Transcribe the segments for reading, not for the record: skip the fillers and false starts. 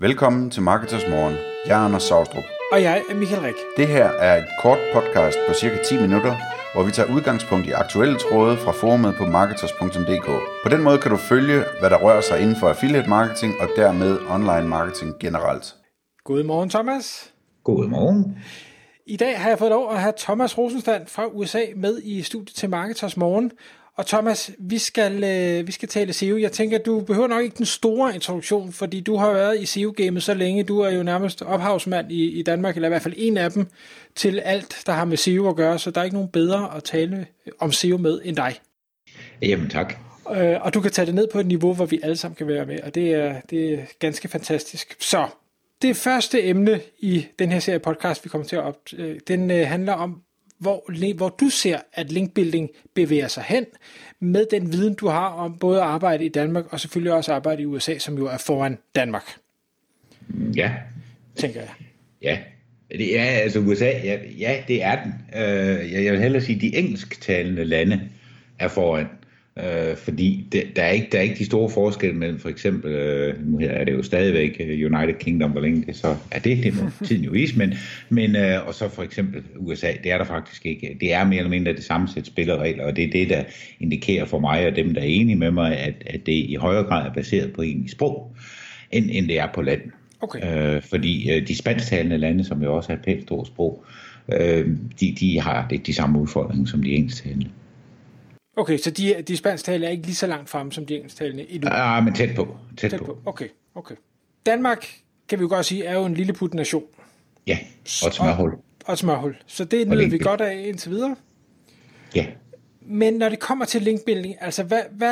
Velkommen til Marketers Morgen. Jeg er Anders Saustrup. Og jeg er Michael Rik. Det her er et kort podcast på cirka 10 minutter, hvor vi tager udgangspunkt i aktuelle tråde fra forumet på marketers.dk. På den måde kan du følge, hvad der rører sig inden for affiliate marketing og dermed online marketing generelt. Godmorgen, Thomas. Godmorgen. I dag har jeg fået lov at have Thomas Rosenstand fra USA med i studiet til Marketers Morgen. Og Thomas, vi skal tale SEO. Jeg tænker, at du behøver nok ikke den store introduktion, fordi du har været i SEO-gamet så længe. Du er jo nærmest ophavsmand i Danmark, eller i hvert fald en af dem, til alt, der har med SEO at gøre. Så der er ikke nogen bedre at tale om SEO med end dig. Jamen tak. Og du kan tage det ned på et niveau, hvor vi alle sammen kan være med, og det er ganske fantastisk. Så det første emne i den her serie podcast, vi kommer til at den handler om, hvor du ser, at linkbuilding bevæger sig hen med den viden, du har om både arbejde i Danmark og selvfølgelig også arbejde i USA, som jo er foran Danmark. Ja. Tænker jeg. Ja. Det er altså USA, ja, det er den. Jeg vil hellere sige, at de engelsktalende lande er foran. Fordi der er ikke de store forskelle mellem for eksempel, nu her er det jo stadigvæk United Kingdom, hvor længe det så er det må tiden jo vise, men og så for eksempel USA, det er der faktisk ikke. Det er mere eller mindre det samme sæt spilleregler, og det er det, der indikerer for mig og dem, der er enige med mig, at det i højere grad er baseret på egentlig sprog, end det er på land. Okay. Fordi de spansktalende lande, som jo også er et pænt stort sprog, de har ikke de samme udfordringer som de engelsktalende. Okay, så de spansktalende er ikke lige så langt fremme som de engelsktalende endnu? Ja, men tæt på. Okay. Danmark, kan vi jo godt sige, er jo en lille put nation. Ja, og et smørhul. Og et smørhul. Så det nyder vi godt af indtil videre. Ja. Men når det kommer til linkbuilding, altså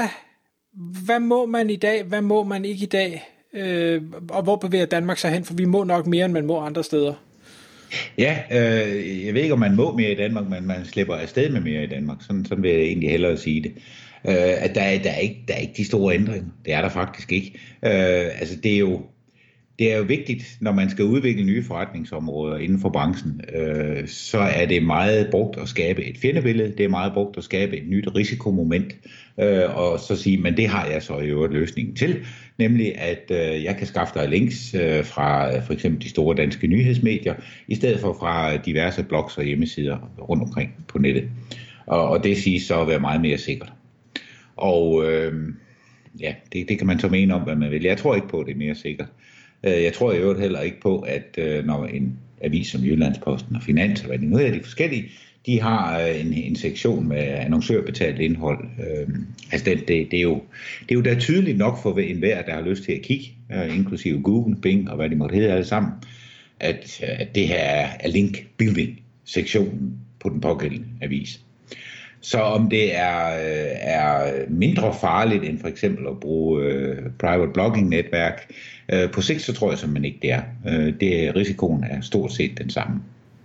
hvad må man i dag, hvad må man ikke i dag, og hvor bevæger Danmark sig hen? For vi må nok mere, end man må andre steder. Ja, jeg ved ikke, om man må mere i Danmark, men man slipper afsted med mere i Danmark. Sådan vil jeg egentlig hellere sige det. At der er ikke de store ændringer. Det er der faktisk ikke. Altså det er jo vigtigt, når man skal udvikle nye forretningsområder inden for branchen, så er det meget brugt at skabe et fjendebillede, det er meget brugt at skabe et nyt risikomoment, og så sige, men det har jeg så i øvrigt løsningen til, nemlig at jeg kan skaffe dig links fra for eksempel de store danske nyhedsmedier, i stedet for fra diverse blogs og hjemmesider rundt omkring på nettet. Og det siges så at være meget mere sikkert. Og ja, det kan man så mene om, hvad man vil. Jeg tror ikke på, at det er mere sikkert. Jeg tror i øvrigt heller ikke på, at når en avis som Jyllandsposten og Finans, og hvad det nu er, de forskellige, de har en sektion med annoncørbetalt indhold. Altså det er jo da tydeligt nok for enhver, der har lyst til at kigge, inklusive Google, Bing og hvad de måtte hedde alle sammen, at det her er link-building-sektionen på den pågældende avis. Så om det er mindre farligt end for eksempel at bruge private blogging-netværk, på sigt så tror jeg simpelthen ikke det er. Risikoen er stort set den samme.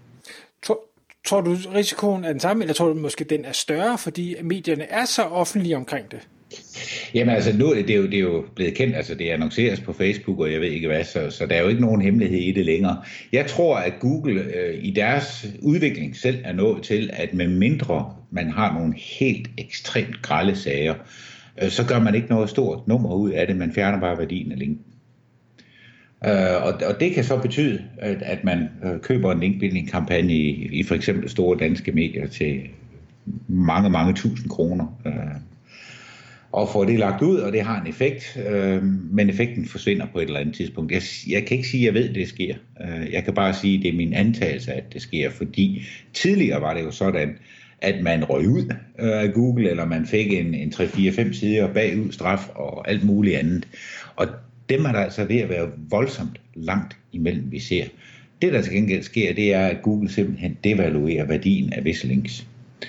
Tror du risikoen er den samme, eller tror du måske den er større, fordi medierne er så offentlige omkring det? Jamen altså nu det er jo blevet kendt, altså det annonceres på Facebook og jeg ved ikke hvad, så der er jo ikke nogen hemmelighed i det længere. Jeg tror at Google i deres udvikling selv er nået til, at med mindre man har nogle helt ekstremt grelle sager, så gør man ikke noget stort nummer ud af det, man fjerner bare værdien af linken. Og det kan så betyde, at man køber en linkbuilding-kampagne i for eksempel store danske medier til mange tusind kroner. Og får det lagt ud, og det har en effekt, men effekten forsvinder på et eller andet tidspunkt. Jeg kan ikke sige, at jeg ved, det sker. Jeg kan bare sige, at det er min antagelse, at det sker, fordi tidligere var det jo sådan, at man røg ud af Google, eller man fik en 3-4-5 sider bagud straf og alt muligt andet. Og dem er der altså ved at være voldsomt langt imellem, vi ser. Det, der til gengæld sker, det er, at Google simpelthen devaluerer værdien af visse links.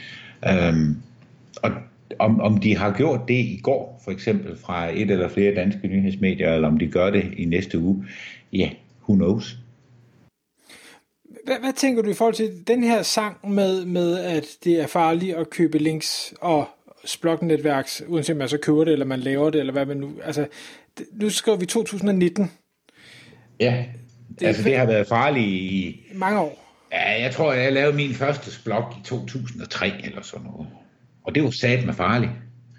Og om de har gjort det i går, for eksempel fra et eller flere danske nyhedsmedier, eller om de gør det i næste uge, ja, who knows. Hvad tænker du i forhold til den her sang med at det er farligt at købe links og blognetværk, uanset om man så køber det, eller man laver det, eller hvad man nu... Altså, nu skriver vi 2019. Ja, det har været farligt i... mange år. Ja, jeg tror, jeg lavede min første blog i 2003, eller sådan noget. Og det var satme farligt.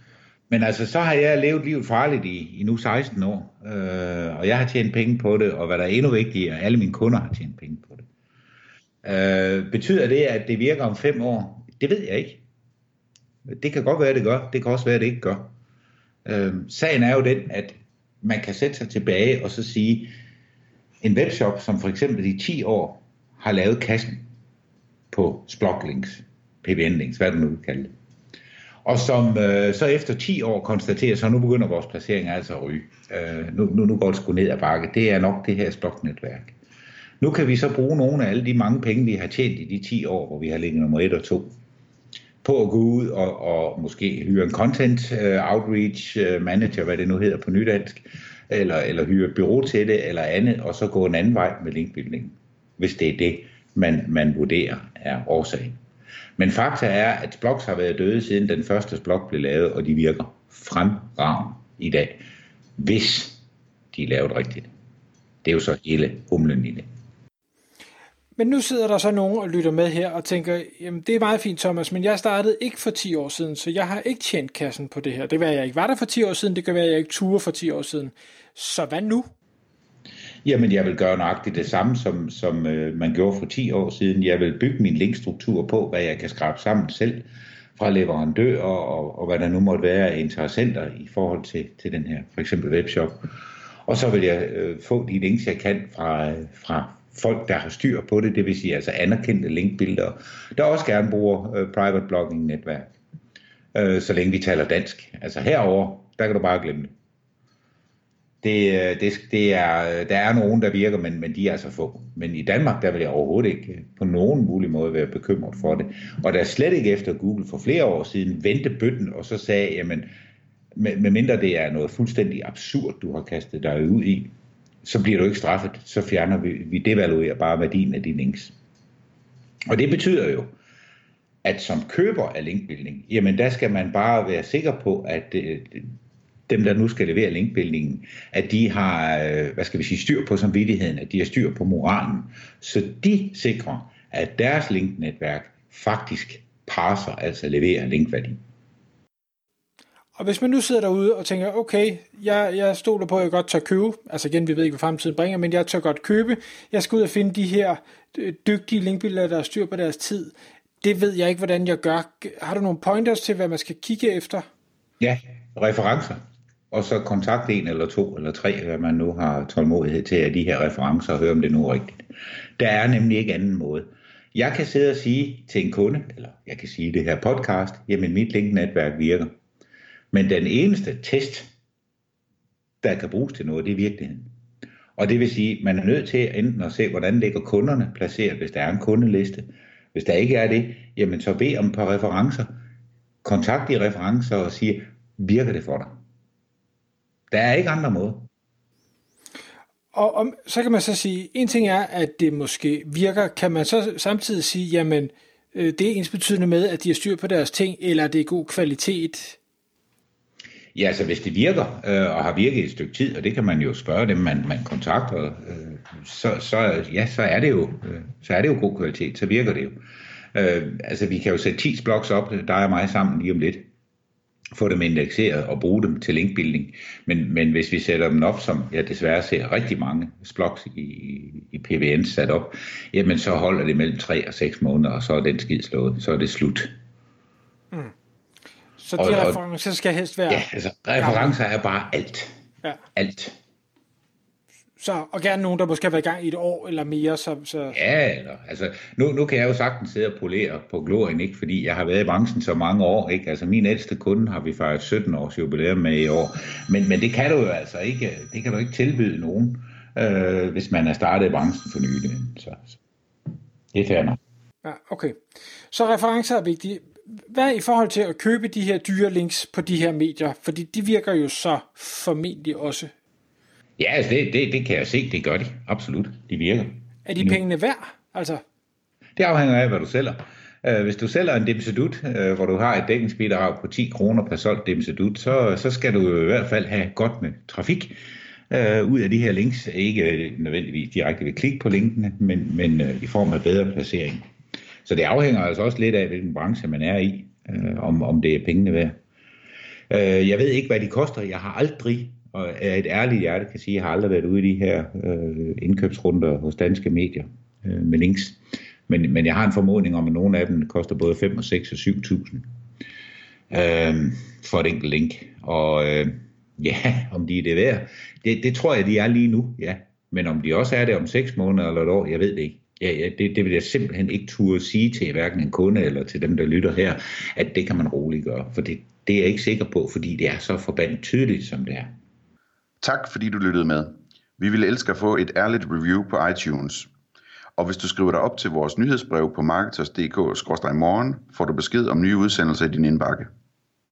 Men altså, så har jeg levet livet farligt i nu 16 år, og jeg har tjent penge på det, og hvad der er endnu vigtigere, alle mine kunder har tjent penge på det. Betyder det, at det virker om 5 år? Det ved jeg ikke. Det kan godt være, det gør. Det kan også være, det ikke gør. Sagen er jo den, at man kan sætte sig tilbage og så sige, en webshop, som for eksempel i 10 år har lavet kassen på Sploglinks, PBN-links, hvad du nu vil kalde det, og som så efter 10 år konstaterer, så nu begynder vores placering altså at ryge. Nu går det sgu ned ad bakke. Det er nok det her Splog-netværk. Nu kan vi så bruge nogle af alle de mange penge, vi har tjent i de 10 år, hvor vi har ligget nummer 1 og 2, på at gå ud og måske hyre en content outreach manager, hvad det nu hedder på nydansk, eller hyre et bureau til det, eller andet, og så gå en anden vej med linkbuilding, hvis det er det, man vurderer er årsagen. Men fakta er, at Splogs har været døde siden den første Splog blev lavet, og de virker fremragende i dag, hvis de er lavet rigtigt. Det er jo så hele humlen i det. Men nu sidder der så nogen og lytter med her og tænker, jamen det er meget fint, Thomas, men jeg startede ikke for 10 år siden, så jeg har ikke tjent kassen på det her. Det var jeg ikke. Var der for 10 år siden, det kan være, jeg ikke turde for 10 år siden. Så hvad nu? Jamen, jeg vil gøre nøjagtigt det samme, som man gjorde for 10 år siden. Jeg vil bygge min linkstruktur på, hvad jeg kan skrabe sammen selv fra leverandør og hvad der nu måtte være af interessenter i forhold til den her, for eksempel webshop. Og så vil jeg få de links, jeg kan fra folk, der har styr på det, det vil sige altså anerkendte linkbuildere, der også gerne bruger private blogging netværk, så længe vi taler dansk. Altså herover, der kan du bare glemme det. Der er nogen, der virker, men de er altså få. Men i Danmark, der vil jeg overhovedet ikke på nogen mulig måde være bekymret for det. Og der er slet ikke efter Google for flere år siden vendte bøtten og så sagde, jamen, medmindre det er noget fuldstændig absurd, du har kastet dig ud i, så bliver du ikke straffet. Så fjerner vi devaluerer bare værdien af dine links. Og det betyder jo, at som køber af linkbuilding, jamen der skal man bare være sikker på, at dem, der nu skal levere linkbuildingen, at de har, styr på samvittigheden, at de har styr på moralen, så de sikrer, at deres linknetværk faktisk parser, altså leverer linkværdi. Og hvis man nu sidder derude og tænker, okay, jeg stoler på, at jeg godt tør købe, altså igen, vi ved ikke, hvad fremtiden bringer, men jeg tør godt købe, jeg skal ud og finde de her dygtige linkbuildere, der har styr på deres tid. Det ved jeg ikke, hvordan jeg gør. Har du nogle pointers til, hvad man skal kigge efter? Ja, referencer. Og så kontakt 1 eller 2 eller 3, hvad man nu har tålmodighed til af de her referencer og høre, om det nu er rigtigt. Der er nemlig ikke anden måde. Jeg kan sidde og sige til en kunde, eller jeg kan sige det her podcast, jamen mit linknetværk virker. Men den eneste test, der kan bruges til noget, det er virkeligheden. Og det vil sige, at man er nødt til enten at se, hvordan ligger kunderne placeret, hvis der er en kundeliste. Hvis der ikke er det, jamen så bed om et par referencer. Kontakt de referencer og sige, virker det for dig? Der er ikke andre måder. Og så kan man så sige, en ting er, at det måske virker, kan man så samtidig sige, jamen det er ensbetydende med, at de har styr på deres ting, eller det er god kvalitet? Ja, altså hvis det virker, og har virket et stykke tid, og det kan man jo spørge dem, man kontakter, så er det jo god kvalitet, så virker det jo. Altså vi kan jo sætte 10 blogs op, der er mig sammen lige om lidt, få dem indekseret og bruge dem til linkbuilding. Men hvis vi sætter dem op, som jeg desværre ser rigtig mange blogs i PBN sat op, jamen så holder det mellem 3 og 6 måneder, og så er den skid slået, så er det slut. Mm. Så de referencer skal helst være... Ja, altså referencer er bare alt. Ja. Alt. Så, og gerne nogen, der måske har været i gang i et år eller mere. Så... Ja, altså nu kan jeg jo sagtens sidde og polere på glorien, ikke? Fordi jeg har været i branchen så mange år. Ikke? Altså min ældste kunde har vi fejret 17 års jubilæum med i år. Men det kan du jo altså ikke, det kan du ikke tilbyde nogen, hvis man er startet i branchen for nylig. Så det er fair nok. Ja, okay. Så referencer er vigtige. Hvad i forhold til at købe de her dyre links på de her medier? Fordi de virker jo så formentlig også. Ja, altså det kan jeg se, det gør de. Absolut, de virker. Er de pengene værd? Altså? Det afhænger af, hvad du sælger. Hvis du sælger en dimsedut, hvor du har et dækningsbidrag på 10 kroner per solgt dimsedut, så skal du i hvert fald have godt med trafik ud af de her links. Ikke nødvendigvis direkte ved klik på linkene, men i form af bedre placering. Så det afhænger altså også lidt af, hvilken branche man er i, om det er pengene værd. Jeg ved ikke, hvad de koster. Jeg har aldrig, og af et ærligt hjerte kan sige, jeg har aldrig været ude i de her indkøbsrunder hos danske medier med links. Men jeg har en formodning om, at nogle af dem koster både 5, 6 og 7.000 for et enkelt link. Og om de er det værd, det tror jeg, de er lige nu, ja. Men om de også er det om 6 måneder eller et år, jeg ved det ikke. Det vil jeg simpelthen ikke turde sige til hverken en kunde eller til dem, der lytter her, at det kan man roligt gøre. For det er jeg ikke sikker på, fordi det er så forbandet tydeligt, som det er. Tak fordi du lyttede med. Vi ville elske at få et ærligt review på iTunes. Og hvis du skriver dig op til vores nyhedsbrev på marketers.dk/morgen, får du besked om nye udsendelser i din indbakke.